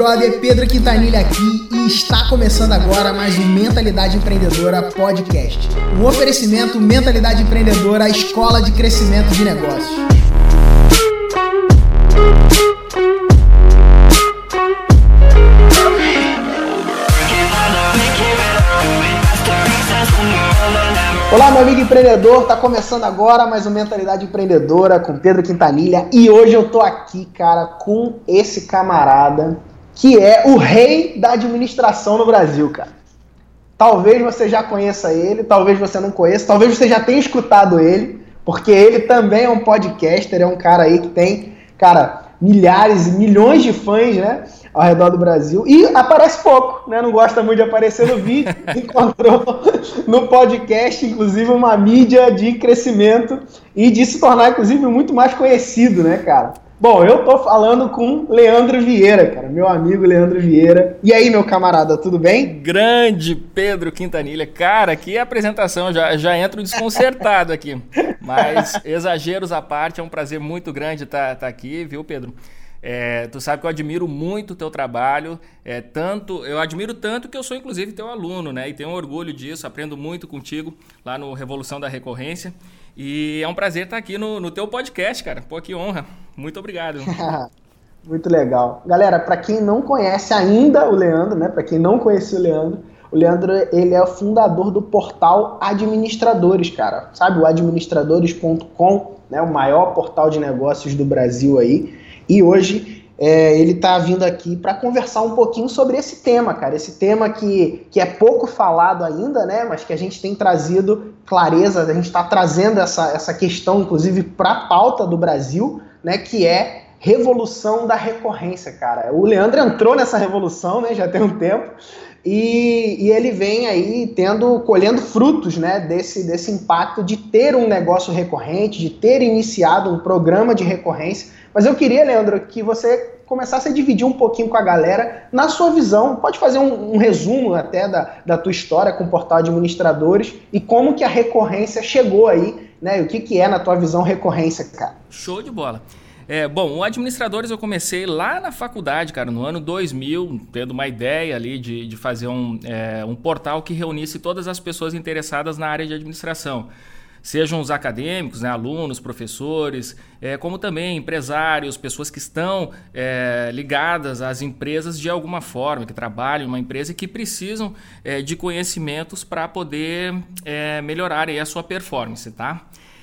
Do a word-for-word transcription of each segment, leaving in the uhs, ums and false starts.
brother? Pedro Quintanilha aqui e está começando agora mais um Mentalidade Empreendedora Podcast. Um oferecimento Mentalidade Empreendedora, a escola de crescimento de negócios. Olá, meu amigo empreendedor, tá começando agora mais um Mentalidade Empreendedora com Pedro Quintanilha e hoje eu tô aqui, cara, com esse camarada que é o rei da administração no Brasil, cara. Talvez você já conheça ele, talvez você não conheça, talvez você já tenha escutado ele, porque ele também é um podcaster, é um cara aí que tem, cara, milhares e milhões de fãs, né, ao redor do Brasil, e aparece pouco, né, não gosta muito de aparecer no vídeo, encontrou no podcast, inclusive, uma mídia de crescimento e de se tornar, inclusive, muito mais conhecido, né, cara? Bom, eu tô falando com Leandro Vieira, cara, meu amigo Leandro Vieira. E aí, meu camarada, tudo bem? Grande Pedro Quintanilha. Cara, que apresentação, já, já entro desconcertado aqui. Mas, exageros à parte, é um prazer muito grande estar, estar aqui, viu, Pedro? É, tu sabe que eu admiro muito o teu trabalho, é, tanto, eu admiro tanto que eu sou inclusive teu aluno, né? E tenho orgulho disso, aprendo muito contigo lá no Revolução da Recorrência. E é um prazer estar aqui no, no teu podcast, cara. Pô, que honra. Muito obrigado. Muito legal. Galera, para quem não conhece ainda o Leandro, né? Para quem não conhecia o Leandro, o Leandro, ele é o fundador do portal Administradores, cara. Sabe, o administradores ponto com, né? O maior portal de negócios do Brasil aí. E hoje é, ele está vindo aqui para conversar um pouquinho sobre esse tema, cara. Esse tema que, que é pouco falado ainda, né? Mas que a gente tem trazido clareza, a gente está trazendo essa, essa questão, inclusive, para a pauta do Brasil, né? Que é revolução da recorrência, cara. O Leandro entrou nessa revolução, né? Já tem um tempo. E, e ele vem aí tendo, colhendo frutos, né, desse, desse impacto de ter um negócio recorrente, de ter iniciado um programa de recorrência. Mas eu queria, Leandro, que você começasse a dividir um pouquinho com a galera na sua visão. Pode fazer um, um resumo até da, da tua história com o portal Administradores e como que a recorrência chegou aí, né? E o que, que é, na tua visão, recorrência, cara? Show de bola. É, bom, o Administradores eu comecei lá na faculdade, cara, no ano dois mil, tendo uma ideia ali de, de fazer um, é, um portal que reunisse todas as pessoas interessadas na área de administração. Sejam os acadêmicos, né, alunos, professores, é, como também empresários, pessoas que estão é, ligadas às empresas de alguma forma, que trabalham em uma empresa e que precisam é, de conhecimentos para poder é, melhorar aí a sua performance, tá?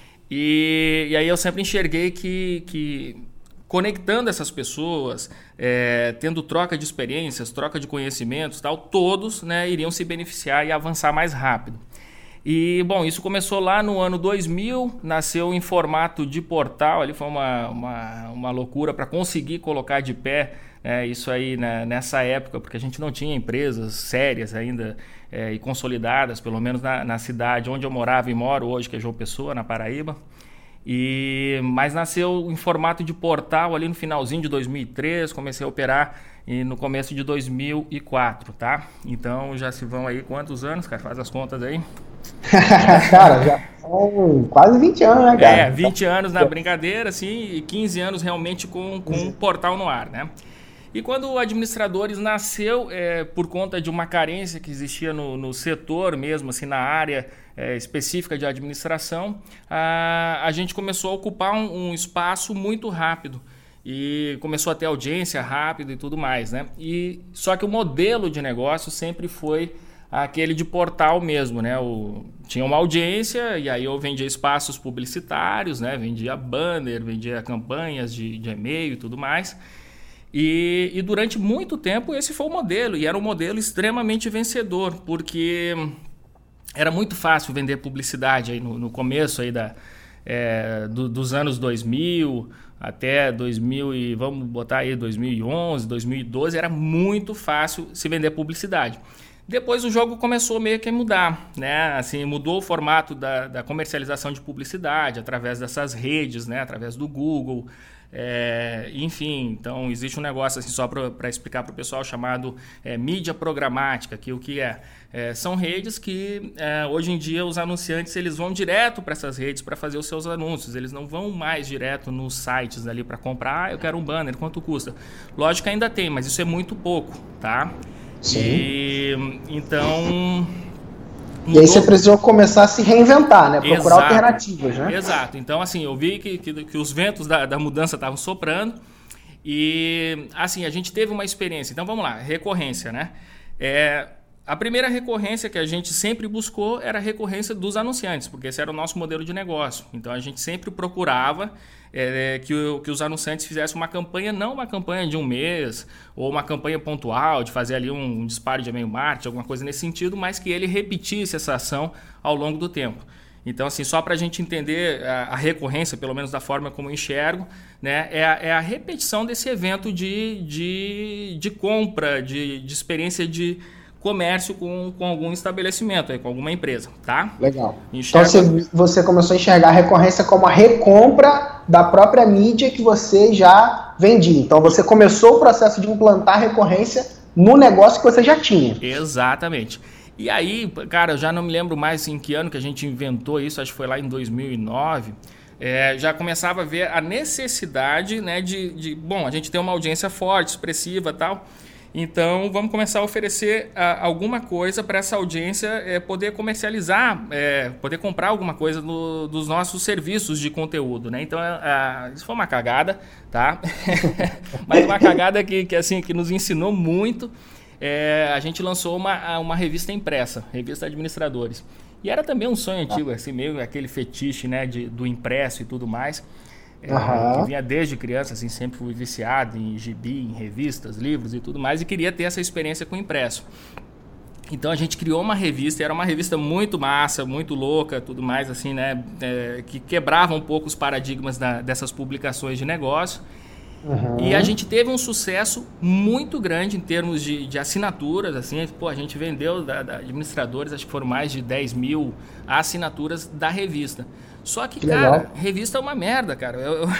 E, e aí eu sempre enxerguei que, que conectando essas pessoas, é, tendo troca de experiências, troca de conhecimentos, tal, todos, né, iriam se beneficiar e avançar mais rápido. E, bom, isso começou lá no ano dois mil, nasceu em formato de portal, ali foi uma, uma, uma loucura para conseguir colocar de pé, né, isso aí, né, nessa época, porque a gente não tinha empresas sérias ainda é, e consolidadas, pelo menos na, na cidade onde eu morava e moro hoje, que é João Pessoa, na Paraíba. E, mas nasceu em formato de portal ali no finalzinho de dois mil e três, comecei a operar e no começo de dois mil e quatro, tá? Então já se vão aí quantos anos, cara? Faz as contas aí. Cara, já são quase vinte anos, né, cara? É, vinte anos na brincadeira, assim, e quinze anos realmente com, com um portal no ar, né? E quando o Administradores nasceu, é, por conta de uma carência que existia no, no setor mesmo, assim, na área é, específica de administração, a, a gente começou a ocupar um, um espaço muito rápido. E começou a ter audiência rápida e tudo mais, né? E, só que o modelo de negócio sempre foi aquele de portal mesmo, né? O, tinha uma audiência e aí eu vendia espaços publicitários, né? Vendia banner, vendia campanhas de, de e-mail e tudo mais. E, e durante muito tempo esse foi o modelo, e era um modelo extremamente vencedor, porque era muito fácil vender publicidade aí no, no começo aí da, é, do, dos anos dois mil até dois mil e vamos botar aí dois mil e onze, dois mil e doze, era muito fácil se vender publicidade. Depois o jogo começou meio que a mudar, né? Assim, mudou o formato da, da comercialização de publicidade através dessas redes, né? Através do Google, é, enfim. Então, existe um negócio, assim, só para explicar para o pessoal, chamado é, mídia programática, que o que é? é são redes que, é, hoje em dia, os anunciantes eles vão direto para essas redes para fazer os seus anúncios. Eles não vão mais direto nos sites ali para comprar, ah, eu quero um banner, quanto custa? Lógico que ainda tem, mas isso é muito pouco, tá? Sim. E, então... E aí você precisou começar a se reinventar, né? Procurar Exato. alternativas, né? Exato. Então, assim, eu vi que, que, que os ventos da, da mudança estavam soprando e, assim, a gente teve uma experiência. Então, vamos lá, recorrência, né? É, a primeira recorrência que a gente sempre buscou era a recorrência dos anunciantes, porque esse era o nosso modelo de negócio. Então, a gente sempre procurava é, que, o, que os anunciantes fizessem uma campanha, não uma campanha de um mês ou uma campanha pontual, de fazer ali um disparo de e-mail marketing, alguma coisa nesse sentido, mas que ele repetisse essa ação ao longo do tempo. Então, assim, só para a gente entender a, a recorrência, pelo menos da forma como eu enxergo, né, é, a, é a repetição desse evento de, de, de compra, de, de experiência de comércio com, com algum estabelecimento, aí, com alguma empresa, tá? Legal. Enxerga... Então você, você começou a enxergar a recorrência como a recompra da própria mídia que você já vendia. Então você começou o processo de implantar a recorrência no negócio que você já tinha. Exatamente. E aí, cara, eu já não me lembro mais em que ano que a gente inventou isso, acho que foi lá em dois mil e nove, é, já começava a ver a necessidade, né, de, de... Bom, a gente tem uma audiência forte, expressiva e tal... Então, vamos começar a oferecer a, alguma coisa para essa audiência é, poder comercializar, é, poder comprar alguma coisa no, dos nossos serviços de conteúdo, né? Então, a, a, isso foi uma cagada, tá? Mas uma cagada que, que, assim, que nos ensinou muito. É, a gente lançou uma, uma revista impressa, Revista Administradores. E era também um sonho antigo, assim, meio aquele fetiche, né, de, do impresso e tudo mais. É, uhum. Que vinha desde criança, assim, sempre fui viciado em gibi, em revistas, livros e tudo mais, e queria ter essa experiência com o impresso. Então a gente criou uma revista, e era uma revista muito massa, muito louca, tudo mais, assim, né, é, que quebrava um pouco os paradigmas da, dessas publicações de negócio. Uhum. E a gente teve um sucesso muito grande em termos de, de assinaturas, assim, pô, a gente vendeu da, da administradores, acho que foram mais de dez mil assinaturas da revista. Só que, que cara, legal. Revista é uma merda, cara. Eu, eu...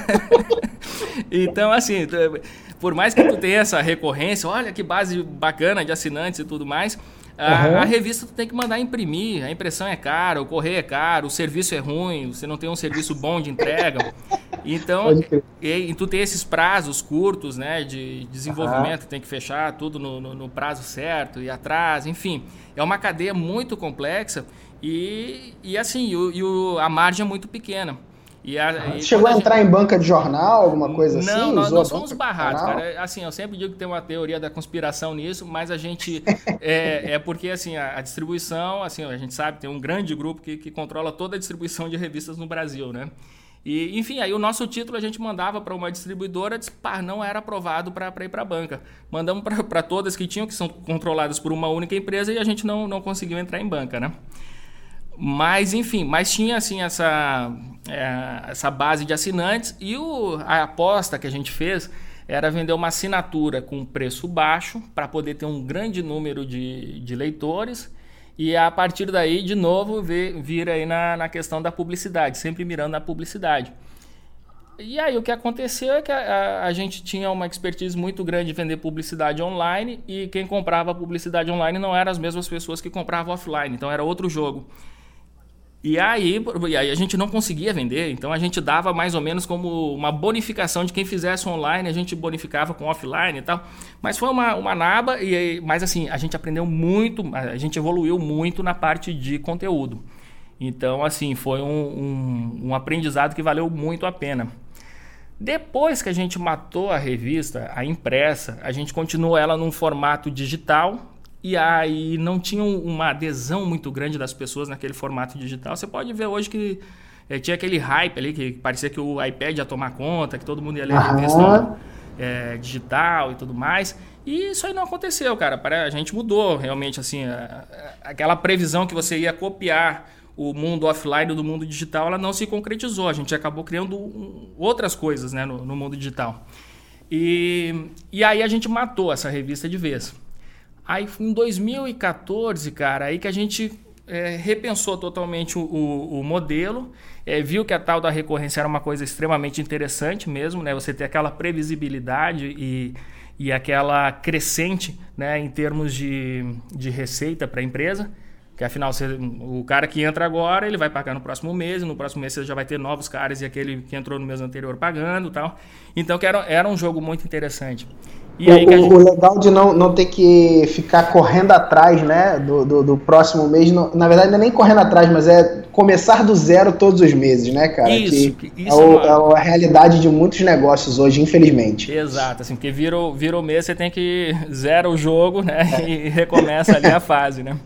Então, assim, por mais que tu tenha essa recorrência, olha que base bacana de assinantes e tudo mais, a, uhum. a revista tu tem que mandar imprimir, a impressão é cara, o correio é caro, o serviço é ruim, você não tem um serviço bom de entrega. Então, e, e tu tem esses prazos curtos, né, de desenvolvimento, uhum. tem que fechar tudo no, no, no prazo certo e atrás, enfim. É uma cadeia muito complexa e, e assim, e o, e o, a margem é muito pequena. E a, e chegou a entrar gente... em banca de jornal, alguma coisa não, assim? Não, nós, nós fomos barrados, cara. Assim, eu sempre digo que tem uma teoria da conspiração nisso, mas a gente... é, é porque, assim, a, a distribuição, assim, a gente sabe, tem um grande grupo que, que controla toda a distribuição de revistas no Brasil, né? E, enfim, aí o nosso título a gente mandava para uma distribuidora, disse, pá, não era aprovado para ir para a banca. Mandamos para todas que tinham, que são controladas por uma única empresa, e a gente não, não conseguiu entrar em banca, né? Mas, enfim, mas tinha assim essa, é, essa base de assinantes, e o, a aposta que a gente fez era vender uma assinatura com preço baixo para poder ter um grande número de, de leitores, e a partir daí, de novo, vir, vir aí na, na questão da publicidade, sempre mirando na publicidade. E aí o que aconteceu é que a, a, a gente tinha uma expertise muito grande de vender publicidade online, e quem comprava publicidade online não eram as mesmas pessoas que compravam offline, então era outro jogo. E aí, e aí a gente não conseguia vender, então a gente dava mais ou menos como uma bonificação de quem fizesse online, a gente bonificava com offline e tal. Mas foi uma, uma naba, e, mas assim, a gente aprendeu muito, a gente evoluiu muito na parte de conteúdo. Então, assim, foi um, um, um aprendizado que valeu muito a pena. Depois que a gente matou a revista, a impressa, a gente continuou ela num formato digital. E aí não tinha uma adesão muito grande das pessoas naquele formato digital. Você pode ver hoje que é, tinha aquele hype ali, que parecia que o iPad ia tomar conta, que todo mundo ia ler a revista é, digital e tudo mais. E isso aí não aconteceu, cara. A gente mudou realmente, assim, a, a, aquela previsão que você ia copiar o mundo offline do mundo digital, ela não se concretizou. A gente acabou criando um, outras coisas, né, no, no mundo digital. E, e aí a gente matou essa revista de vez. Aí em dois mil e quatorze, cara, aí que a gente é, repensou totalmente o, o, o modelo, é, viu que a tal da recorrência era uma coisa extremamente interessante mesmo, né? Você ter aquela previsibilidade e, e aquela crescente, né, em termos de, de receita para a empresa. Que afinal, você, o cara que entra agora, ele vai pagar no próximo mês, e no próximo mês você já vai ter novos caras e aquele que entrou no mês anterior pagando e tal. Então, que era, era um jogo muito interessante. E o, aí que a gente... o legal de não, não ter que ficar correndo atrás, né, do, do, do próximo mês, não, na verdade não é nem correndo atrás, mas é começar do zero todos os meses, né, cara? Isso, que isso é, o, é, uma... é a realidade de muitos negócios hoje, infelizmente. Exato, assim, porque vira o, vira o mês, você tem que zero o jogo, né, é. e recomeça ali a fase, né?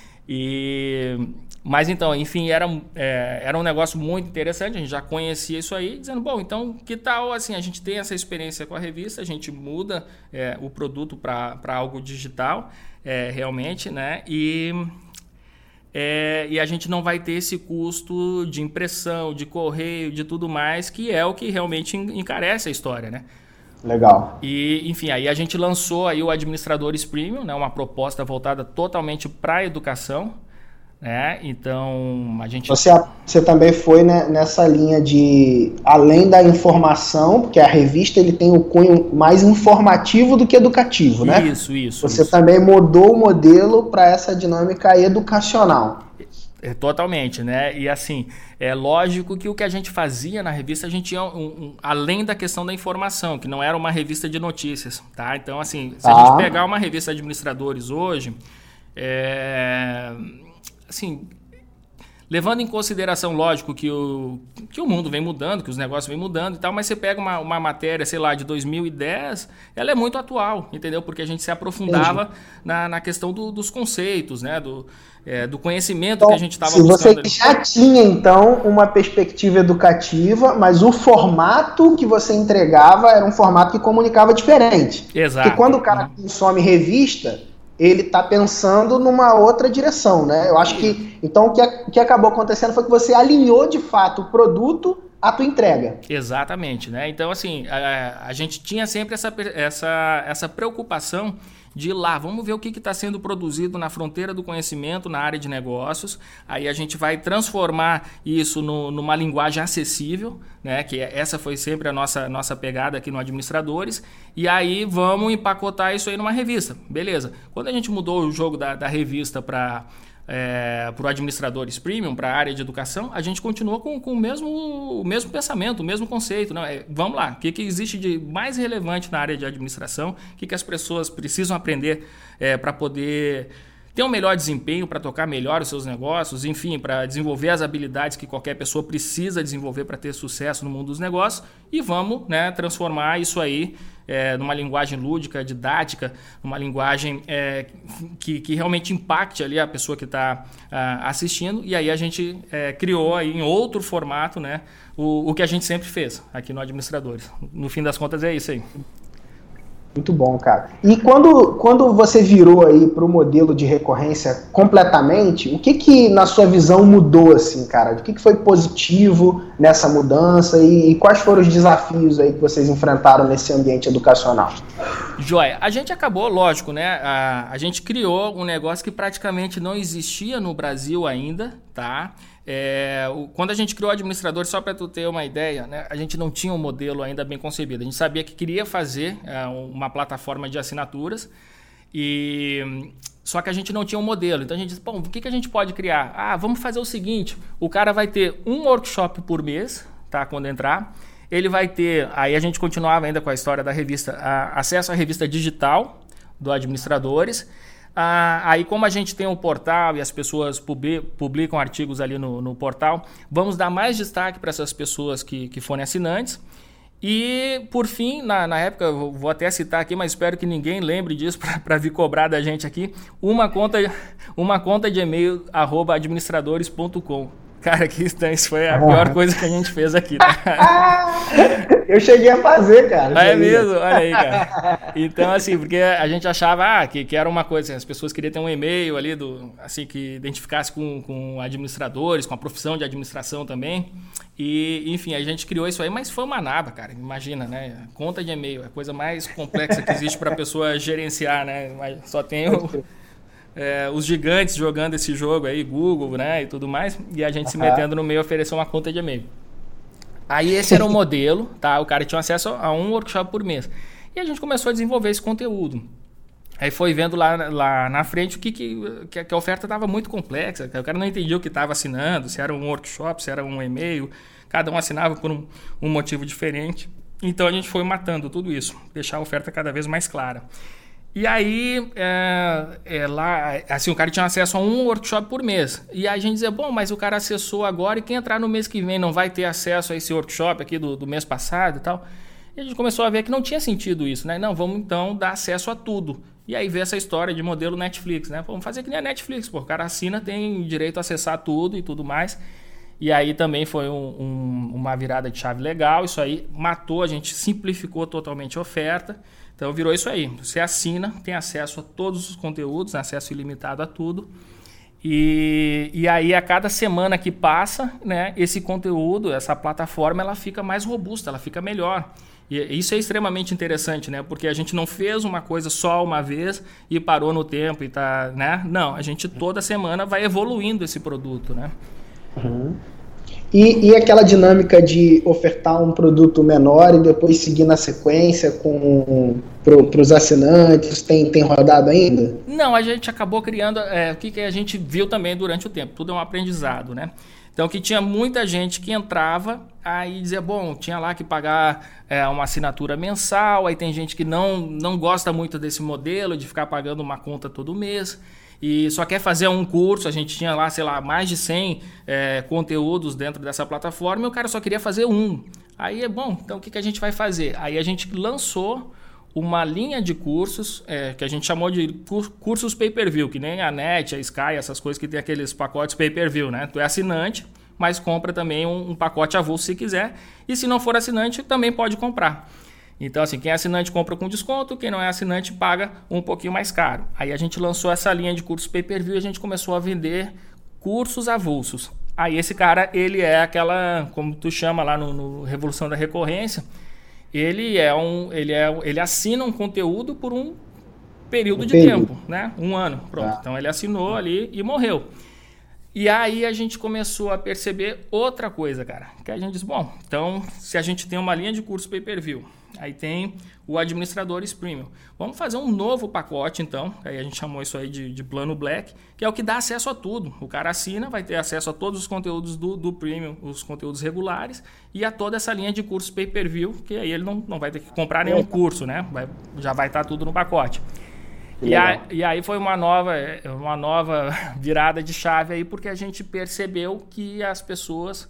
E, mas então, enfim, era, é, era um negócio muito interessante, a gente já conhecia isso aí, dizendo, bom, então que tal assim, a gente tem essa experiência com a revista, a gente muda é, o produto para algo digital, é, realmente, né? E, é, e a gente não vai ter esse custo de impressão, de correio, de tudo mais, que é o que realmente encarece a história, né? Legal. E, enfim, aí a gente lançou aí o Administradores Premium, né, uma proposta voltada totalmente para a educação, né? Então, a gente... Você, você também foi, né, nessa linha de, além da informação, porque a revista ele tem o cunho mais informativo do que educativo, né? Isso, isso. Você isso. também mudou o modelo para essa dinâmica educacional. É, totalmente, né? E assim, é lógico que o que a gente fazia na revista, a gente ia um, um, além da questão da informação, que não era uma revista de notícias, tá? Então, assim, se ah. a gente pegar uma revista de administradores hoje, é, assim, levando em consideração, lógico, que o, que o mundo vem mudando, que os negócios vêm mudando e tal, mas você pega uma, uma matéria, sei lá, de dois mil e dez, ela é muito atual, entendeu? Porque a gente se aprofundava na, na questão do, dos conceitos, né? Do, é, do conhecimento então, que a gente estava buscando. Você já tinha, então, uma perspectiva educativa, mas o formato que você entregava era um formato que comunicava diferente. Exato. Porque quando o cara uhum. consome revista... ele está pensando numa outra direção, né? Eu acho que, então, o que, o que acabou acontecendo foi que você alinhou, de fato, o produto à tua entrega. Exatamente, né? Então, assim, a, a gente tinha sempre essa, essa, essa preocupação de ir lá, vamos ver o que está sendo produzido na fronteira do conhecimento, na área de negócios. Aí a gente vai transformar isso no, numa linguagem acessível, né? Que essa foi sempre a nossa, nossa pegada aqui no Administradores. E aí vamos empacotar isso aí numa revista. Beleza. Quando a gente mudou o jogo da, da revista para... É, para o Administradores Premium, para a área de educação, a gente continua com, com o, mesmo, o mesmo pensamento, o mesmo conceito. Né? É, vamos lá, o que, que existe de mais relevante na área de administração, o que, que as pessoas precisam aprender é, para poder ter um melhor desempenho, para tocar melhor os seus negócios, enfim, para desenvolver as habilidades que qualquer pessoa precisa desenvolver para ter sucesso no mundo dos negócios, e vamos, né, transformar isso aí É, numa linguagem lúdica, didática, numa linguagem é, que, que realmente impacte ali a pessoa que está ah, assistindo, e aí a gente é, criou aí em outro formato, né, o, o que a gente sempre fez aqui no Administradores. No fim das contas é isso aí. Muito bom, cara. E quando, quando você virou aí para o modelo de recorrência completamente, o que que na sua visão mudou assim, cara? O que que foi positivo nessa mudança e, e quais foram os desafios aí que vocês enfrentaram nesse ambiente educacional? Joia, a gente acabou, lógico, né? A, a gente criou um negócio que praticamente não existia no Brasil ainda, tá? É, o, quando a gente criou o Administrador, só para tu ter uma ideia, né, a gente não tinha um modelo ainda bem concebido. A gente sabia que queria fazer é, uma plataforma de assinaturas, e só que a gente não tinha um modelo. Então a gente disse, bom, o que, que a gente pode criar? Ah, vamos fazer o seguinte, o cara vai ter um workshop por mês, tá, quando entrar. Ele vai ter, aí a gente continuava ainda com a história da revista, a, acesso à revista digital do Administradores. Ah, aí, como a gente tem um portal e as pessoas publi- publicam artigos ali no, no portal, vamos dar mais destaque para essas pessoas que, que forem assinantes. E, por fim, na, na época, eu vou até citar aqui, mas espero que ninguém lembre disso para vir cobrar da gente aqui, uma conta, uma conta de e-mail, arroba administradores ponto com. Cara, que isso foi a pior coisa que a gente fez aqui. Tá? Eu cheguei a fazer, cara. Ah, é mesmo? Olha aí, cara. Então, assim, porque a gente achava ah, que, que era uma coisa, assim, as pessoas queriam ter um e-mail ali, do, assim, que identificasse com, com administradores, com a profissão de administração também. E, enfim, a gente criou isso aí, mas foi uma naba, cara. Imagina, né? Conta de e-mail, é a coisa mais complexa que existe para a pessoa gerenciar, né? Mas só tem o... É, os gigantes jogando esse jogo aí, Google, né, e tudo mais, e a gente uhum. se metendo no meio oferecer uma conta de e-mail. Aí esse era o modelo, tá? O cara tinha acesso a um workshop por mês. E a gente começou a desenvolver esse conteúdo. Aí foi vendo lá, lá na frente o que, que, que a oferta estava muito complexa, o cara não entendia o que estava assinando, se era um workshop, se era um e-mail, cada um assinava por um, um motivo diferente. Então a gente foi matando tudo isso, deixar a oferta cada vez mais clara. E aí, é, é lá, assim, o cara tinha acesso a um workshop por mês. E aí a gente dizia, bom, mas o cara acessou agora e quem entrar no mês que vem não vai ter acesso a esse workshop aqui do, do mês passado e tal. E a gente começou a ver que não tinha sentido isso, né? Não, vamos então dar acesso a tudo. E aí veio essa história de modelo Netflix, né? Vamos fazer que nem a Netflix, pô. O cara assina, tem direito a acessar tudo e tudo mais. E aí também foi um, um, uma virada de chave legal. Isso aí matou, a gente simplificou totalmente a oferta. Então virou isso aí, você assina, tem acesso a todos os conteúdos, acesso ilimitado a tudo. E, e aí a cada semana que passa, né, esse conteúdo, essa plataforma, ela fica mais robusta, ela fica melhor. E isso é extremamente interessante, né? Porque a gente não fez uma coisa só uma vez e parou no tempo e tá, né? Não, a gente toda semana vai evoluindo esse produto, né? Uhum. E, e aquela dinâmica de ofertar um produto menor e depois seguir na sequência com para os assinantes, tem, tem rodado ainda? Não, a gente acabou criando é, o que, que a gente viu também durante o tempo, tudo é um aprendizado, né? Então que tinha muita gente que entrava, aí dizia, bom, tinha lá que pagar é, uma assinatura mensal, aí tem gente que não, não gosta muito desse modelo de ficar pagando uma conta todo mês, e só quer fazer um curso, a gente tinha lá, sei lá, mais de cem é, conteúdos dentro dessa plataforma e o cara só queria fazer um. Aí é bom, então o que, que a gente vai fazer? Aí a gente lançou uma linha de cursos é, que a gente chamou de cursos pay-per-view, que nem a Net, a Sky, essas coisas que tem aqueles pacotes pay-per-view, né? Tu é assinante, mas compra também um, um pacote avulso se quiser, e se não for assinante também pode comprar. Então, assim, quem é assinante compra com desconto, quem não é assinante paga um pouquinho mais caro. Aí a gente lançou essa linha de cursos pay-per-view e a gente começou a vender cursos avulsos. Aí esse cara, ele é aquela, como tu chama lá no, no Revolução da Recorrência, ele é um, ele é, ele assina um conteúdo por um período um de período. tempo, né? Um ano, pronto. Ah. Então ele assinou ali e morreu. E aí a gente começou a perceber outra coisa, cara. Que a gente disse, bom, então se a gente tem uma linha de curso pay-per-view, aí tem o Administradores Premium. Vamos fazer um novo pacote, então. Aí a gente chamou isso aí de, de Plano Black, que é o que dá acesso a tudo. O cara assina, vai ter acesso a todos os conteúdos do, do Premium, os conteúdos regulares, e a toda essa linha de cursos pay-per-view, que aí ele não, não vai ter que comprar nenhum curso, né? Vai, já vai estar tudo no pacote. E aí, e aí foi uma nova, uma nova virada de chave aí, porque a gente percebeu que as pessoas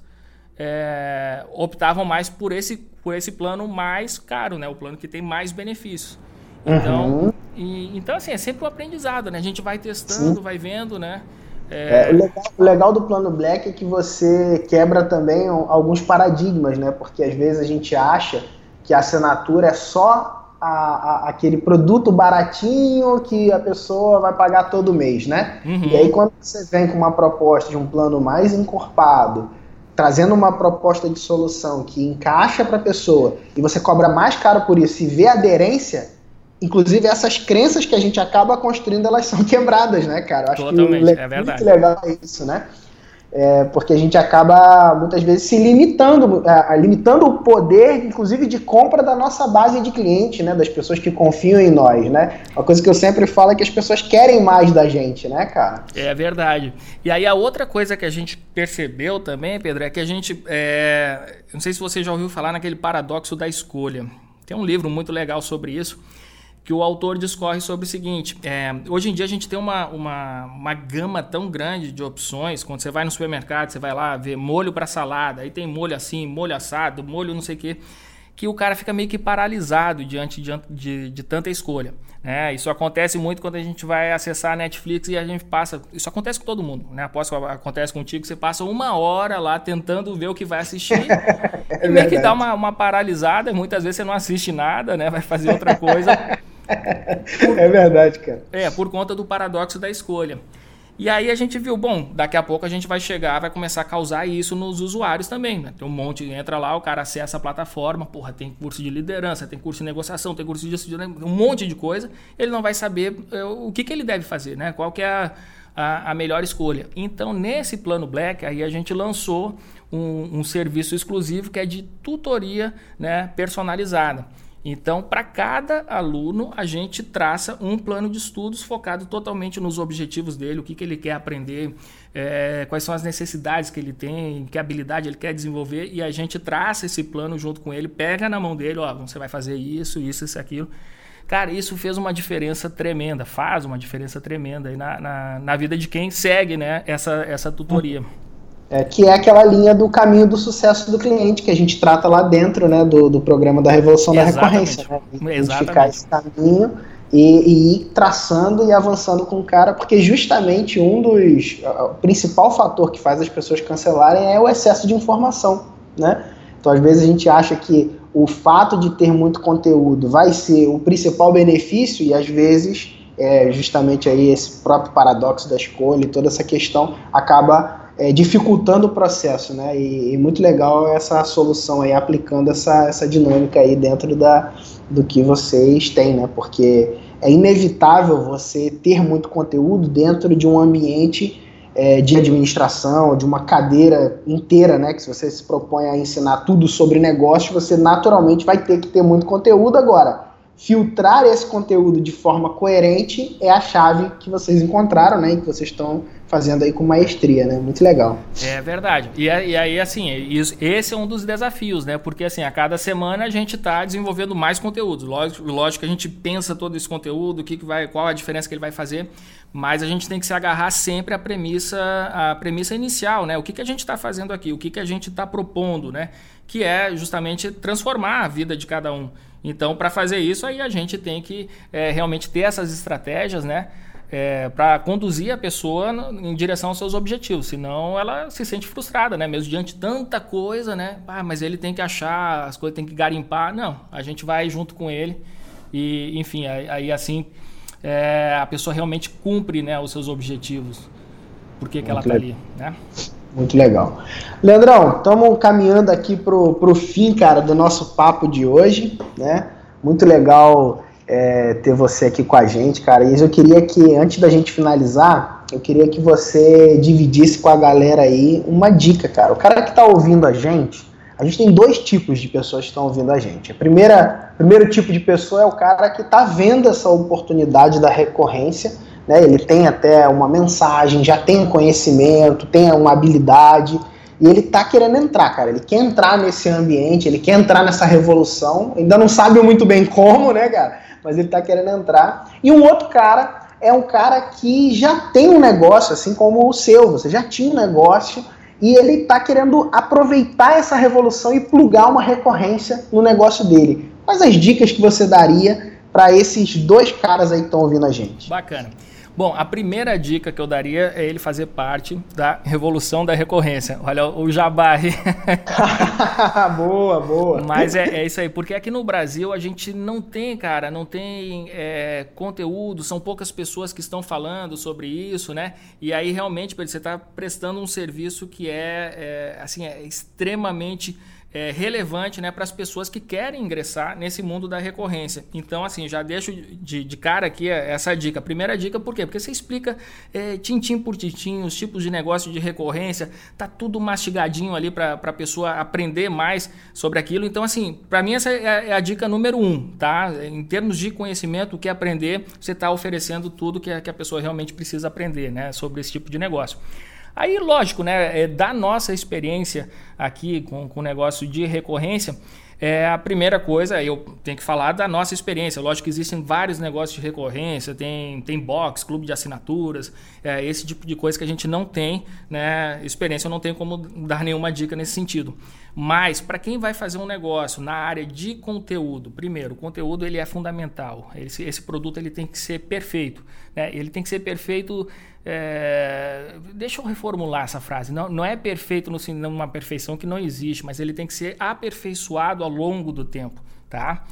é, optavam mais por esse, por esse plano mais caro, né? O plano que tem mais benefícios. Então, uhum. e, então assim, é sempre um aprendizado, né? A gente vai testando, Sim. vai vendo, né? É... É, o, legal, o legal do plano Black é que você quebra também alguns paradigmas, né? Porque às vezes a gente acha que a assinatura é só A, a, aquele produto baratinho que a pessoa vai pagar todo mês, né? Uhum. E aí quando você vem com uma proposta de um plano mais encorpado, trazendo uma proposta de solução que encaixa para a pessoa e você cobra mais caro por isso e vê aderência, inclusive essas crenças que a gente acaba construindo, elas são quebradas, né, cara? Eu acho Totalmente, que é verdade. Muito legal isso, né? É, porque a gente acaba, muitas vezes, se limitando, é, limitando o poder, inclusive, de compra da nossa base de cliente, né? Das pessoas que confiam em nós, né? Uma coisa que eu sempre falo é que as pessoas querem mais da gente, né, cara? É verdade. E aí a outra coisa que a gente percebeu também, Pedro, é que a gente... É... Não sei se você já ouviu falar naquele paradoxo da escolha. Tem um livro muito legal sobre isso, que o autor discorre sobre o seguinte, é, hoje em dia a gente tem uma, uma, uma gama tão grande de opções, quando você vai no supermercado, você vai lá ver molho para salada, aí tem molho assim, molho assado, molho não sei o quê, que o cara fica meio que paralisado diante de, de, de tanta escolha. Né? Isso acontece muito quando a gente vai acessar a Netflix e a gente passa... Isso acontece com todo mundo, né? Após que acontece contigo, você passa uma hora lá tentando ver o que vai assistir é e meio que dá uma, uma paralisada, muitas vezes você não assiste nada, né? Vai fazer outra coisa. Por, é verdade, cara. É, por conta do paradoxo da escolha. E aí a gente viu, bom, daqui a pouco a gente vai chegar, vai começar a causar isso nos usuários também, né? Tem um monte, entra lá, o cara acessa a plataforma, porra, tem curso de liderança, tem curso de negociação, tem curso de um monte de coisa, ele não vai saber o que, que ele deve fazer, né? Qual que é a, a, a melhor escolha. Então, nesse plano Black, aí a gente lançou um, um serviço exclusivo que é de tutoria, né, personalizada. Então, para cada aluno, a gente traça um plano de estudos focado totalmente nos objetivos dele, o que, que ele quer aprender, é, quais são as necessidades que ele tem, que habilidade ele quer desenvolver, e a gente traça esse plano junto com ele, pega na mão dele, ó, você vai fazer isso, isso, isso, aquilo. Cara, isso fez uma diferença tremenda, faz uma diferença tremenda aí na, na, na vida de quem segue, né, essa, essa tutoria. É, que é aquela linha do caminho do sucesso do cliente que a gente trata lá dentro, né, do, do programa da Revolução da Recorrência. Né? Identificar esse caminho e, e ir traçando e avançando com o cara, porque justamente um dos... O principal fator que faz as pessoas cancelarem é o excesso de informação, né? Então, às vezes, a gente acha que o fato de ter muito conteúdo vai ser o principal benefício e, às vezes, é justamente aí esse próprio paradoxo da escolha e toda essa questão acaba... É, dificultando o processo, né? E, e muito legal essa solução aí, aplicando essa, essa dinâmica aí dentro da, do que vocês têm, né? Porque é inevitável você ter muito conteúdo dentro de um ambiente é, de administração, de uma cadeira inteira, né? Que se você se propõe a ensinar tudo sobre negócio, você naturalmente vai ter que ter muito conteúdo. Agora, filtrar esse conteúdo de forma coerente é a chave que vocês encontraram, né? E que vocês estão fazendo aí com maestria, né? Muito legal. É verdade. E, e aí, assim, isso, esse é um dos desafios, né? Porque, assim, a cada semana a gente está desenvolvendo mais conteúdo. Lógico, lógico que a gente pensa todo esse conteúdo, o que que vai, qual a diferença que ele vai fazer, mas a gente tem que se agarrar sempre à premissa, à premissa inicial, né? O que que a gente está fazendo aqui? O que que a gente está propondo, né? Que é justamente transformar a vida de cada um. Então, para fazer isso, aí a gente tem que é, realmente ter essas estratégias, né? É, para conduzir a pessoa em direção aos seus objetivos, senão ela se sente frustrada, né? Mesmo diante de tanta coisa, né? Ah, mas ele tem que achar, as coisas tem que garimpar. Não, a gente vai junto com ele e, enfim, aí, aí assim é, a pessoa realmente cumpre, né, os seus objetivos. Por que que ela está ali, né? Muito legal. Leandrão, estamos caminhando aqui pro, pro fim, cara, do nosso papo de hoje, né? Muito legal é, ter você aqui com a gente, cara. E eu queria que, antes da gente finalizar, eu queria que você dividisse com a galera aí uma dica, cara. O cara que está ouvindo a gente, a gente tem dois tipos de pessoas que estão ouvindo a gente. A primeira, o primeiro tipo de pessoa é o cara que está vendo essa oportunidade da recorrência, né? Ele tem até uma mensagem, já tem um conhecimento, tem uma habilidade, e ele tá querendo entrar, cara. Ele quer entrar nesse ambiente, ele quer entrar nessa revolução, ainda não sabe muito bem como, né, cara? Mas ele tá querendo entrar. E um outro cara é um cara que já tem um negócio, assim como o seu, você já tinha um negócio, e ele tá querendo aproveitar essa revolução e plugar uma recorrência no negócio dele. Quais as dicas que você daria para esses dois caras aí que estão ouvindo a gente? Bacana. Bom, a primeira dica que eu daria é ele fazer parte da revolução da recorrência. Olha o jabá aí. Boa, boa. Mas é, é isso aí, porque aqui no Brasil a gente não tem, cara, não tem é, conteúdo, são poucas pessoas que estão falando sobre isso, né? E aí realmente você está prestando um serviço que é, é, assim, é extremamente... É relevante, né, para as pessoas que querem ingressar nesse mundo da recorrência. Então, assim, já deixo de, de cara aqui essa dica. A primeira dica, por quê? Porque você explica é, tintim por tintim os tipos de negócio de recorrência, tá tudo mastigadinho ali para a pessoa aprender mais sobre aquilo. Então, assim, para mim essa é a dica número um, tá? Em termos de conhecimento, o que aprender, você está oferecendo tudo que a, que a pessoa realmente precisa aprender, né, sobre esse tipo de negócio. Aí, lógico, né, da nossa experiência aqui com o negócio de recorrência, É, a primeira coisa, eu tenho que falar da nossa experiência. Lógico que existem vários negócios de recorrência, tem, tem box, clube de assinaturas, é, esse tipo de coisa que a gente não tem, né, experiência. Eu não tenho como dar nenhuma dica nesse sentido. Mas, para quem vai fazer um negócio na área de conteúdo, primeiro, o conteúdo ele é fundamental. Esse, esse produto ele tem que ser perfeito, né? Ele tem que ser perfeito... É, deixa eu reformular essa frase. Não, não é perfeito no, numa perfeição que não existe, mas ele tem que ser aperfeiçoado ao longo do tempo, tá?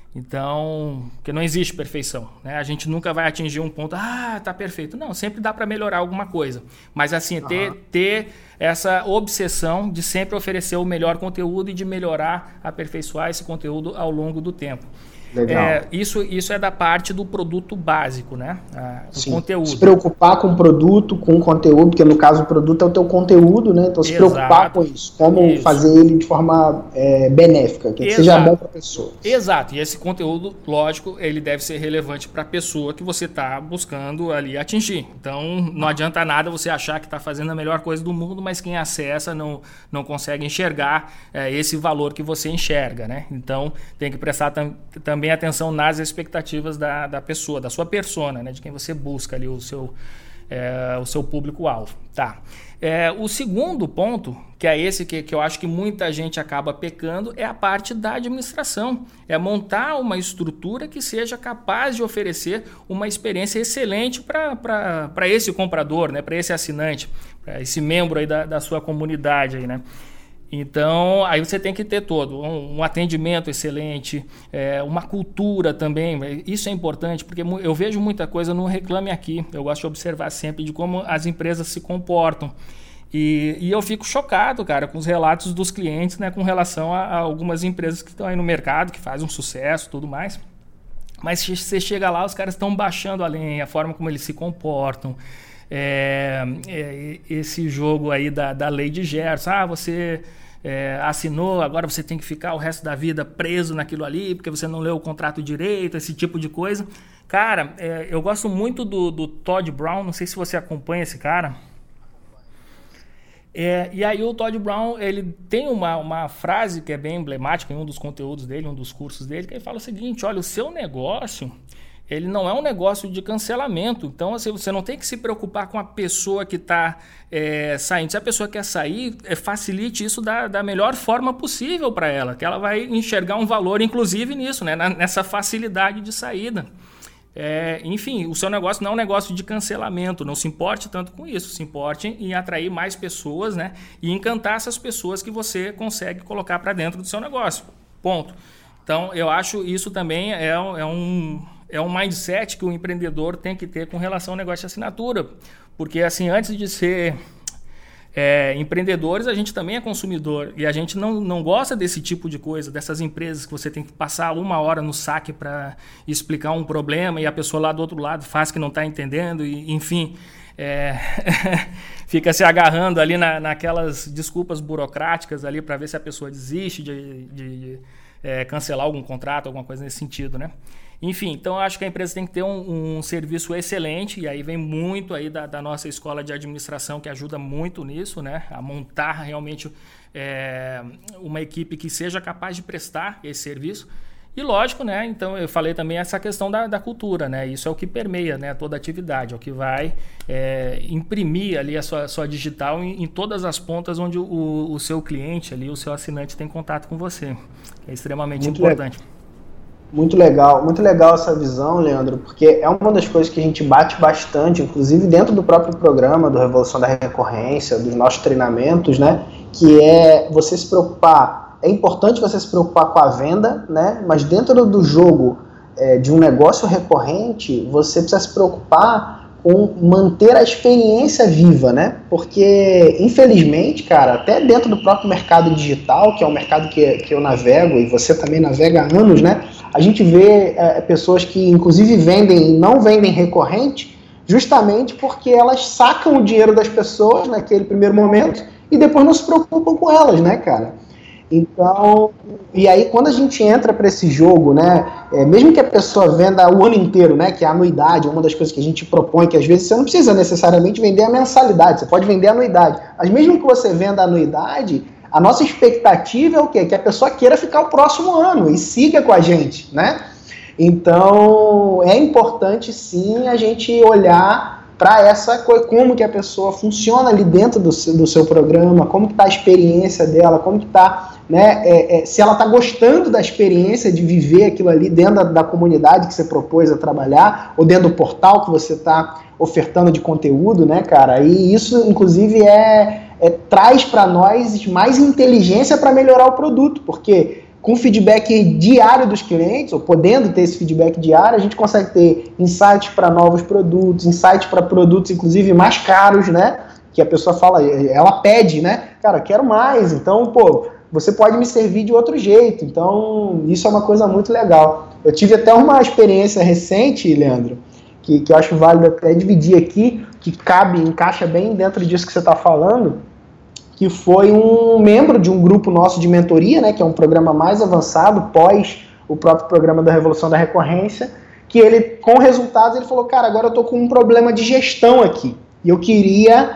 Então, porque não existe perfeição, né? A gente nunca vai atingir um ponto, ah, tá perfeito. Não, sempre dá para melhorar alguma coisa. Mas assim, uhum. ter, ter essa obsessão de sempre oferecer o melhor conteúdo e de melhorar, aperfeiçoar esse conteúdo ao longo do tempo. Legal. É, isso, isso é da parte do produto básico, né? Ah, o Sim. conteúdo. Se preocupar com o produto, com o conteúdo, porque no caso o produto é o teu conteúdo, né? Então se Exato. preocupar com isso, como isso. fazer ele de forma é, benéfica, que Exato. seja bom para a pessoa. Exato, e esse conteúdo, lógico, ele deve ser relevante para a pessoa que você está buscando ali atingir. Então não adianta nada você achar que está fazendo a melhor coisa do mundo, mas quem acessa não, não consegue enxergar é, esse valor que você enxerga, né? Então tem que prestar tam, também atenção nas expectativas da, da pessoa, da sua persona, né, de quem você busca ali o seu, é, o seu público-alvo. Tá. É, o segundo ponto, que é esse que, que eu acho que muita gente acaba pecando, é a parte da administração. É montar uma estrutura que seja capaz de oferecer uma experiência excelente para esse comprador, né, para esse assinante, para esse membro aí da, da sua comunidade. Aí, né? Então, aí você tem que ter todo, um, um atendimento excelente, é, uma cultura também, isso é importante, porque eu vejo muita coisa no Reclame Aqui, eu gosto de observar sempre de como as empresas se comportam, e, e eu fico chocado, cara, com os relatos dos clientes, né, com relação a, a algumas empresas que estão aí no mercado, que fazem um sucesso e tudo mais, mas você chega lá, os caras estão baixando a lenha, a forma como eles se comportam. É, é, esse jogo aí da, da lei de Gerson, ah, você é, assinou, agora você tem que ficar o resto da vida preso naquilo ali, porque você não leu o contrato direito, esse tipo de coisa. Cara, é, eu gosto muito do, do Todd Brown, não sei se você acompanha esse cara. É, e aí o Todd Brown, ele tem uma, uma frase que é bem emblemática em um dos conteúdos dele, um dos cursos dele, que ele fala o seguinte, olha, o seu negócio... ele não é um negócio de cancelamento. Então, assim, você não tem que se preocupar com a pessoa que está é, saindo. Se a pessoa quer sair, é, facilite isso da, da melhor forma possível para ela, que ela vai enxergar um valor, inclusive, nisso, né, nessa facilidade de saída. É, enfim, o seu negócio não é um negócio de cancelamento. Não se importe tanto com isso. Se importe em atrair mais pessoas, né, e encantar essas pessoas que você consegue colocar para dentro do seu negócio. Ponto. Então, eu acho isso também é, é um... é um mindset que o empreendedor tem que ter com relação ao negócio de assinatura. Porque, assim, antes de ser é, empreendedores, a gente também é consumidor. E a gente não, não gosta desse tipo de coisa, dessas empresas que você tem que passar uma hora no saque para explicar um problema e a pessoa lá do outro lado faz que não está entendendo. E, enfim, é, fica se agarrando ali na, naquelas desculpas burocráticas ali para ver se a pessoa desiste de... de, de é, cancelar algum contrato, alguma coisa nesse sentido, né? Enfim, então eu acho que a empresa tem que ter um, um serviço excelente, e aí vem muito aí da, da nossa escola de administração, que ajuda muito nisso, né? A montar realmente é, uma equipe que seja capaz de prestar esse serviço. E lógico, né? Então eu falei também essa questão da, da cultura, né? Isso é o que permeia, né, toda a atividade, é o que vai é, imprimir ali a sua, sua digital em, em todas as pontas onde o, o seu cliente ali, o seu assinante tem contato com você. É extremamente muito importante. Legal. Muito legal, muito legal essa visão, Leandro, porque é uma das coisas que a gente bate bastante, inclusive dentro do próprio programa do Revolução da Recorrência, dos nossos treinamentos, né? Que é você se preocupar. É importante você se preocupar com a venda, né? Mas dentro do jogo é, de um negócio recorrente, você precisa se preocupar com manter a experiência viva, né? Porque, infelizmente, cara, até dentro do próprio mercado digital, que é um mercado que, que eu navego, e você também navega há anos, né? A gente vê é, pessoas que, inclusive, vendem e não vendem recorrente, justamente porque elas sacam o dinheiro das pessoas naquele primeiro momento e depois não se preocupam com elas, né, cara? Então, e aí quando a gente entra para esse jogo, né, é, mesmo que a pessoa venda o ano inteiro, né, que é a anuidade, uma das coisas que a gente propõe, que às vezes você não precisa necessariamente vender a mensalidade, você pode vender a anuidade, mas mesmo que você venda a anuidade, A nossa expectativa é o quê? Que a pessoa queira ficar o próximo ano e siga com a gente, né? Então, é importante sim a gente olhar para essa coisa, como que a pessoa funciona ali dentro do seu, do seu programa, como que está a experiência dela, como que está, né, é, é, se ela está gostando da experiência de viver aquilo ali dentro da, da comunidade que você propôs a trabalhar, ou dentro do portal que você está ofertando de conteúdo, né, cara? E isso, inclusive, é, é traz para nós mais inteligência para melhorar o produto, porque com feedback diário dos clientes, ou podendo ter esse feedback diário, a gente consegue ter insights para novos produtos, insights para produtos, inclusive, mais caros, né? Que a pessoa fala, ela pede, né? Cara, quero mais, então, pô, você pode me servir de outro jeito. Então, isso é uma coisa muito legal. Eu tive até uma experiência recente, Leandro, que, que eu acho válido até dividir aqui, que cabe, encaixa bem dentro disso que você está falando, que foi um membro de um grupo nosso de mentoria, né, que é um programa mais avançado, pós o próprio programa da Revolução da Recorrência, que ele, com resultados, ele falou, cara, agora eu tô com um problema de gestão aqui, e eu queria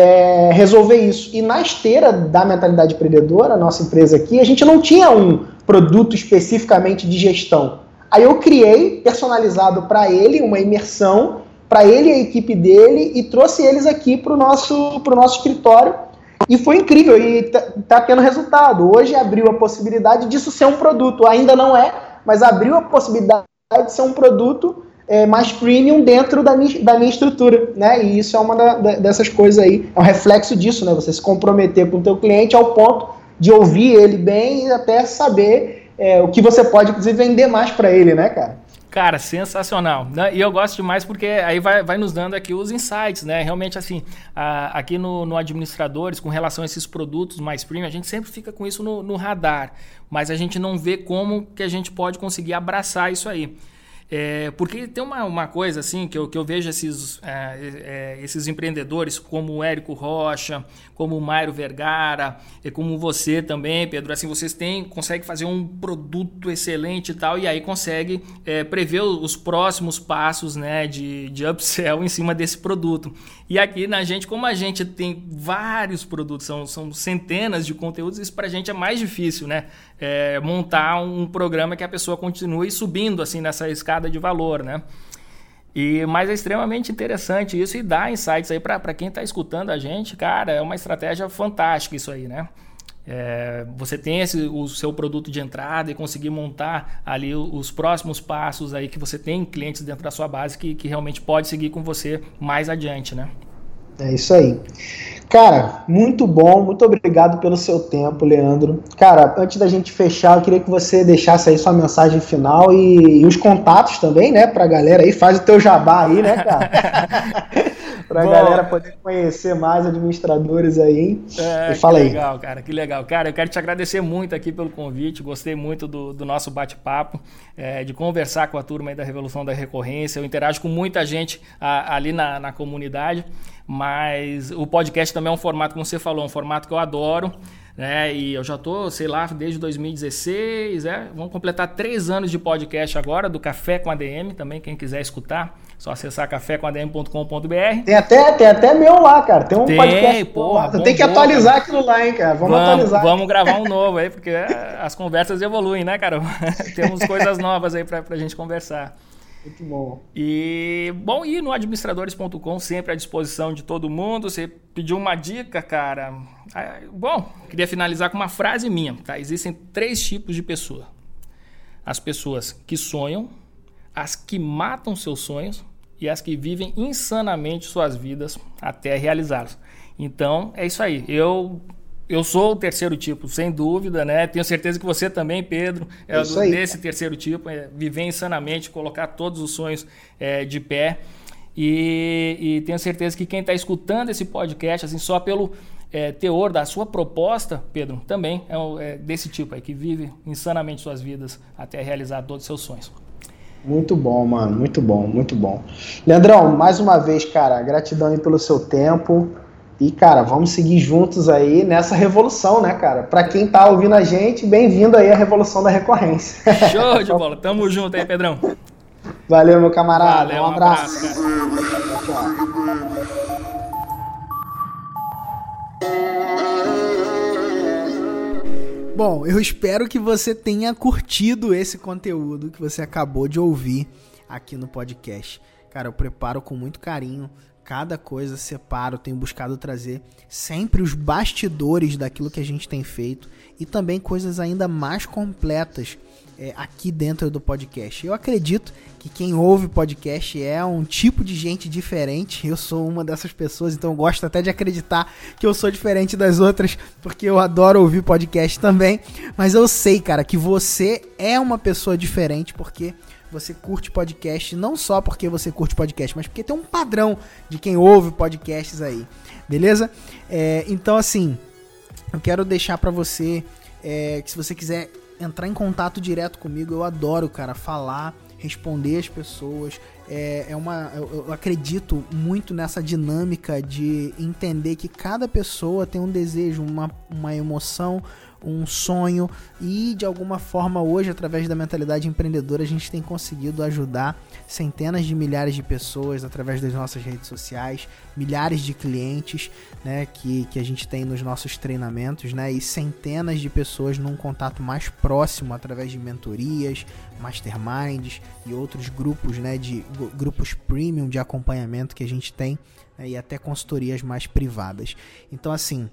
é, resolver isso. E na esteira da Mentalidade Empreendedora, a nossa empresa aqui, a gente não tinha um produto especificamente de gestão. Aí eu criei, personalizado para ele, uma imersão, para ele e a equipe dele, e trouxe eles aqui para o nosso, pro nosso escritório. E foi incrível, e tá, tá tendo resultado. Hoje abriu a possibilidade disso ser um produto. Ainda não é, mas abriu a possibilidade de ser um produto é, mais premium dentro da minha, da minha estrutura, né? E isso é uma da, da, dessas coisas aí, é um reflexo disso, né? Você se comprometer com o teu cliente ao ponto de ouvir ele bem e até saber é, o que você pode, inclusive, vender mais para ele, né, cara? Cara, sensacional. E eu gosto demais porque aí vai, vai nos dando aqui os insights, né? Realmente, assim, a, aqui no, no Administradores, com relação a esses produtos mais premium, a gente sempre fica com isso no, no radar, mas a gente não vê como que a gente pode conseguir abraçar isso aí. É, porque tem uma, uma coisa assim que eu, que eu vejo esses, é, é, esses empreendedores como o Érico Rocha, como o Mairo Vergara, e como você também, Pedro, assim, vocês têm, conseguem fazer um produto excelente e tal, e aí conseguem é, prever os próximos passos, né, de, de upsell em cima desse produto. E aqui na gente, como a gente tem vários produtos, são, são centenas de conteúdos, isso pra gente é mais difícil, né? É, montar um programa que a pessoa continue subindo assim nessa escada de valor, né? E, mas é extremamente interessante isso e dá insights aí para quem está escutando a gente, cara, é uma estratégia fantástica isso aí, né? É, você tem esse, o seu produto de entrada e conseguir montar ali os próximos passos aí que você tem clientes dentro da sua base que, que realmente pode seguir com você mais adiante, né? É isso aí. Cara, muito bom, muito obrigado pelo seu tempo, Leandro. Cara, antes da gente fechar, eu queria que você deixasse aí sua mensagem final e, e os contatos também, né, pra galera aí, faz o teu jabá aí, né, cara? Pra Bom, galera poder conhecer mais administradores aí. É, e fala que aí. legal, cara, que legal. Cara, eu quero te agradecer muito aqui pelo convite, gostei muito do, do nosso bate-papo, é, de conversar com a turma aí da Revolução da Recorrência. Eu interajo com muita gente a, ali na, na comunidade, mas o podcast também é um formato, como você falou, um formato que eu adoro, né? E eu já tô, sei lá, desde dois mil e dezesseis, é, vamos completar três anos de podcast agora, do Café com A D M, também quem quiser escutar, só acessar café com a d m ponto com ponto b r. Tem até, tem até meu lá, cara, tem um tem, podcast. Porra, tem que atualizar cara. Aquilo lá, hein, cara, vamos, vamos atualizar. Vamos gravar um novo aí, porque as conversas evoluem, né, cara? Temos coisas novas aí pra, pra gente conversar. Muito bom. E, bom, e no administradores ponto com, sempre à disposição de todo mundo. Você pediu uma dica, cara. Bom, queria finalizar com uma frase minha, tá? Existem três tipos de pessoa. As pessoas que sonham, as que matam seus sonhos e as que vivem insanamente suas vidas até realizá-los. Então, é isso aí. Eu... Eu sou o terceiro tipo, sem dúvida, né? Tenho certeza que você também, Pedro, é, é do, desse terceiro tipo, é viver insanamente, colocar todos os sonhos é, de pé. E, e tenho certeza que quem está escutando esse podcast, assim, só pelo é, teor da sua proposta, Pedro, também é, é desse tipo aí, que vive insanamente suas vidas até realizar todos os seus sonhos. Muito bom, mano, muito bom, muito bom. Leandrão, mais uma vez, cara, gratidão aí pelo seu tempo. E, cara, vamos seguir juntos aí nessa revolução, né, cara? Pra quem tá ouvindo a gente, bem-vindo aí à Revolução da Recorrência. Show de bola. Tamo junto aí, Pedrão. Valeu, meu camarada. Valeu, um abraço. Um abraço, tchau, tchau. Bom, eu espero que você tenha curtido esse conteúdo que você acabou de ouvir aqui no podcast. Cara, eu preparo com muito carinho cada coisa, separo, tenho buscado trazer sempre os bastidores daquilo que a gente tem feito e também coisas ainda mais completas é, aqui dentro do podcast. Eu acredito que quem ouve podcast é um tipo de gente diferente. Eu sou uma dessas pessoas, então eu gosto até de acreditar que eu sou diferente das outras, porque eu adoro ouvir podcast também. Mas eu sei, cara, que você é uma pessoa diferente, porque você curte podcast, não só porque você curte podcast, mas porque tem um padrão de quem ouve podcasts aí, beleza? É, então, assim, eu quero deixar pra você é, que se você quiser entrar em contato direto comigo, eu adoro, cara, falar, responder as pessoas. É, é uma, eu, eu acredito muito nessa dinâmica de entender que cada pessoa tem um desejo, uma, uma emoção, um sonho, e de alguma forma hoje, através da mentalidade empreendedora, a gente tem conseguido ajudar centenas de milhares de pessoas através das nossas redes sociais, milhares de clientes, né, que, que a gente tem nos nossos treinamentos, né, e centenas de pessoas num contato mais próximo através de mentorias, masterminds e outros grupos, né, de grupos premium de acompanhamento que a gente tem, né, e até consultorias mais privadas. Então, assim,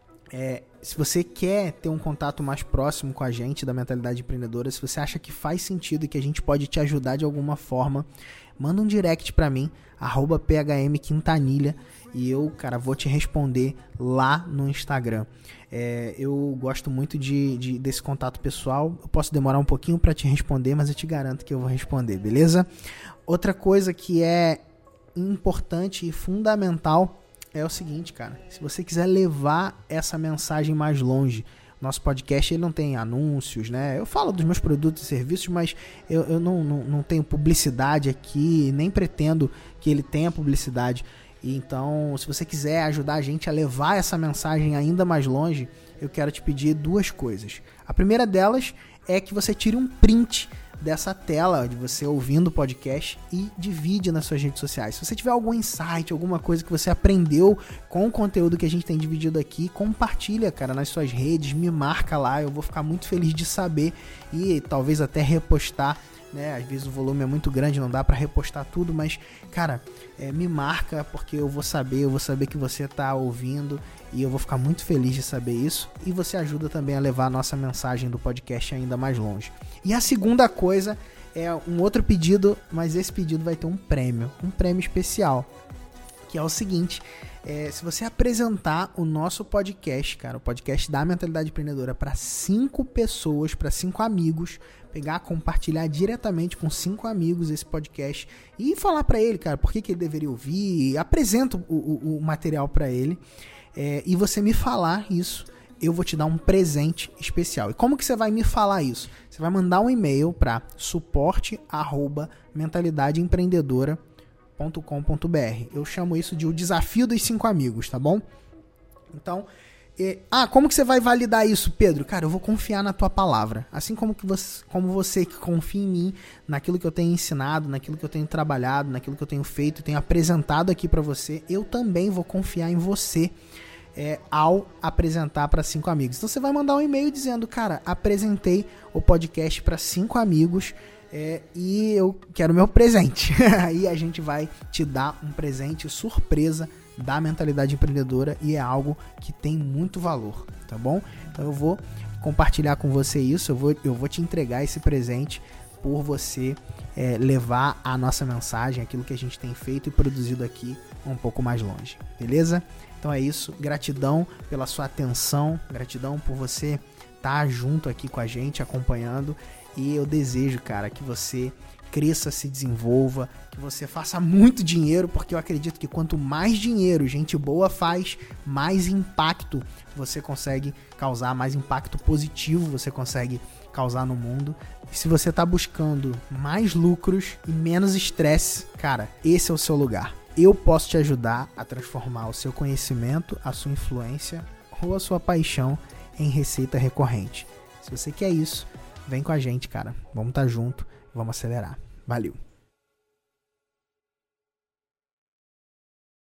É, se você quer ter um contato mais próximo com a gente da mentalidade empreendedora, se você acha que faz sentido e que a gente pode te ajudar de alguma forma, manda um direct pra mim, arroba P H M Quintanilha, e eu, cara, vou te responder lá no Instagram. É, eu gosto muito de, de, desse contato pessoal. Eu posso demorar um pouquinho pra te responder, mas eu te garanto que eu vou responder, beleza? Outra coisa que é importante e fundamental é o seguinte, cara, se você quiser levar essa mensagem mais longe, nosso podcast ele não tem anúncios, né? Eu falo dos meus produtos e serviços, mas eu, eu não, não, não tenho publicidade aqui, nem pretendo que ele tenha publicidade. E então, se você quiser ajudar a gente a levar essa mensagem ainda mais longe, eu quero te pedir duas coisas. A primeira delas é que você tire um print dessa tela de você ouvindo o podcast e divide nas suas redes sociais. Se você tiver algum insight, alguma coisa que você aprendeu com o conteúdo que a gente tem dividido aqui, compartilha, cara, nas suas redes, me marca lá, eu vou ficar muito feliz de saber e talvez até repostar, né? Às vezes o volume é muito grande, não dá pra repostar tudo, mas, cara, é, me marca porque eu vou saber, eu vou saber que você tá ouvindo e eu vou ficar muito feliz de saber isso, e você ajuda também a levar a nossa mensagem do podcast ainda mais longe. E a segunda coisa é um outro pedido, mas esse pedido vai ter um prêmio, um prêmio especial, que é o seguinte: é, se você apresentar o nosso podcast, cara, o podcast da Mentalidade Empreendedora, para cinco pessoas, para cinco amigos, pegar, compartilhar diretamente com cinco amigos esse podcast e falar para ele, cara, por que, que ele deveria ouvir, apresenta o, o, o material para ele, é, e você me falar isso, eu vou te dar um presente especial. E como que você vai me falar isso? Você vai mandar um e-mail para suporte arroba mentalidade empreendedora ponto com ponto b r. Eu chamo isso de o desafio dos cinco amigos, tá bom? Então, e, ah, como que você vai validar isso, Pedro? Cara, eu vou confiar na tua palavra. Assim como, que você, como você que confia em mim, naquilo que eu tenho ensinado, naquilo que eu tenho trabalhado, naquilo que eu tenho feito, tenho apresentado aqui para você, eu também vou confiar em você é, ao apresentar para cinco amigos. Então você vai mandar um e-mail dizendo, cara, apresentei o podcast para cinco amigos, É, e eu quero meu presente. Aí a gente vai te dar um presente surpresa da Mentalidade Empreendedora, e é algo que tem muito valor, tá bom? Então eu vou compartilhar com você isso, eu vou, eu vou te entregar esse presente por você é, levar a nossa mensagem, aquilo que a gente tem feito e produzido aqui, um pouco mais longe, beleza? Então é isso, gratidão pela sua atenção, gratidão por você estar junto aqui com a gente, acompanhando. E eu desejo, cara, que você cresça, se desenvolva, que você faça muito dinheiro, porque eu acredito que quanto mais dinheiro gente boa faz, mais impacto você consegue causar, mais impacto positivo você consegue causar no mundo. E se você está buscando mais lucros e menos estresse, cara, esse é o seu lugar. Eu posso te ajudar a transformar o seu conhecimento, a sua influência ou a sua paixão em receita recorrente. Se você quer isso, vem com a gente, cara. Vamos estar junto, vamos acelerar. Valeu!